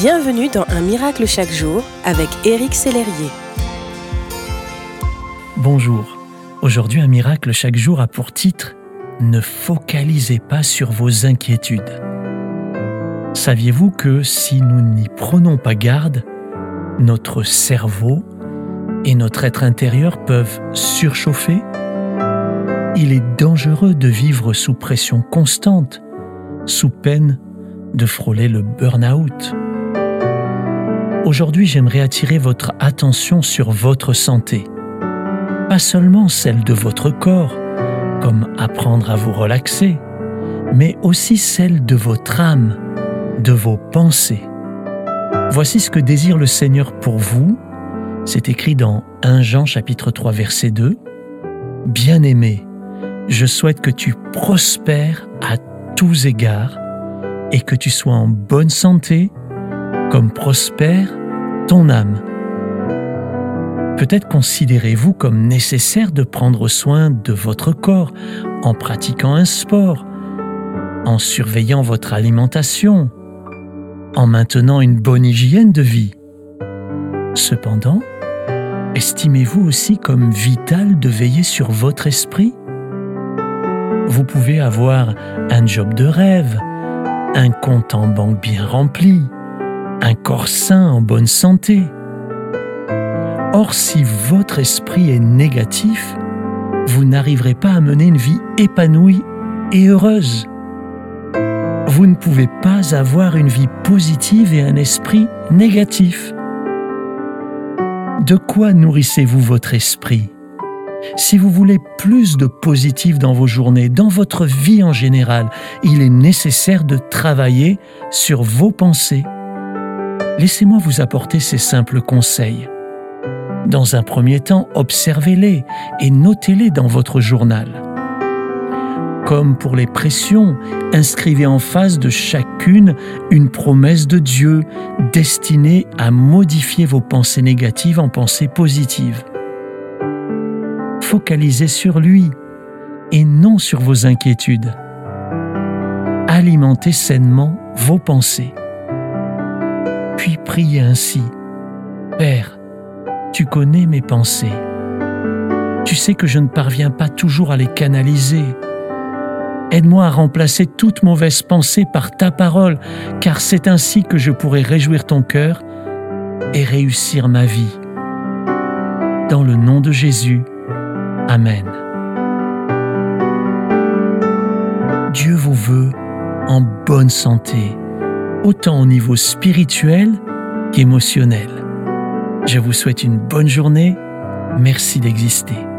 Bienvenue dans Un miracle chaque jour avec Éric Sellerier. Bonjour, aujourd'hui Un miracle chaque jour a pour titre « Ne focalisez pas sur vos inquiétudes ». Saviez-vous que si nous n'y prenons pas garde, notre cerveau et notre être intérieur peuvent surchauffer? Il est dangereux de vivre sous pression constante, sous peine de frôler le burn-out. Aujourd'hui, j'aimerais attirer votre attention sur votre santé. Pas seulement celle de votre corps, comme apprendre à vous relaxer, mais aussi celle de votre âme, de vos pensées. Voici ce que désire le Seigneur pour vous. C'est écrit dans 1 Jean chapitre 3 verset 2. « Bien-aimé, je souhaite que tu prospères à tous égards et que tu sois en bonne santé, comme prospère ton âme. » Peut-être considérez-vous comme nécessaire de prendre soin de votre corps en pratiquant un sport, en surveillant votre alimentation, en maintenant une bonne hygiène de vie. Cependant, estimez-vous aussi comme vital de veiller sur votre esprit? Vous pouvez avoir un job de rêve, un compte en banque bien rempli, un corps sain en bonne santé. Or, si votre esprit est négatif, vous n'arriverez pas à mener une vie épanouie et heureuse. Vous ne pouvez pas avoir une vie positive et un esprit négatif. De quoi nourrissez-vous votre esprit? Si vous voulez plus de positif dans vos journées, dans votre vie en général, il est nécessaire de travailler sur vos pensées. Laissez-moi vous apporter ces simples conseils. Dans un premier temps, observez-les et notez-les dans votre journal. Comme pour les pressions, inscrivez en face de chacune une promesse de Dieu destinée à modifier vos pensées négatives en pensées positives. Focalisez sur lui et non sur vos inquiétudes. Alimentez sainement vos pensées. Puis priez ainsi. Père, tu connais mes pensées. Tu sais que je ne parviens pas toujours à les canaliser. Aide-moi à remplacer toute mauvaise pensée par ta parole, car c'est ainsi que je pourrai réjouir ton cœur et réussir ma vie. Dans le nom de Jésus, Amen. Dieu vous veut en bonne santé, autant au niveau spirituel qu'émotionnel. Je vous souhaite une bonne journée. Merci d'exister.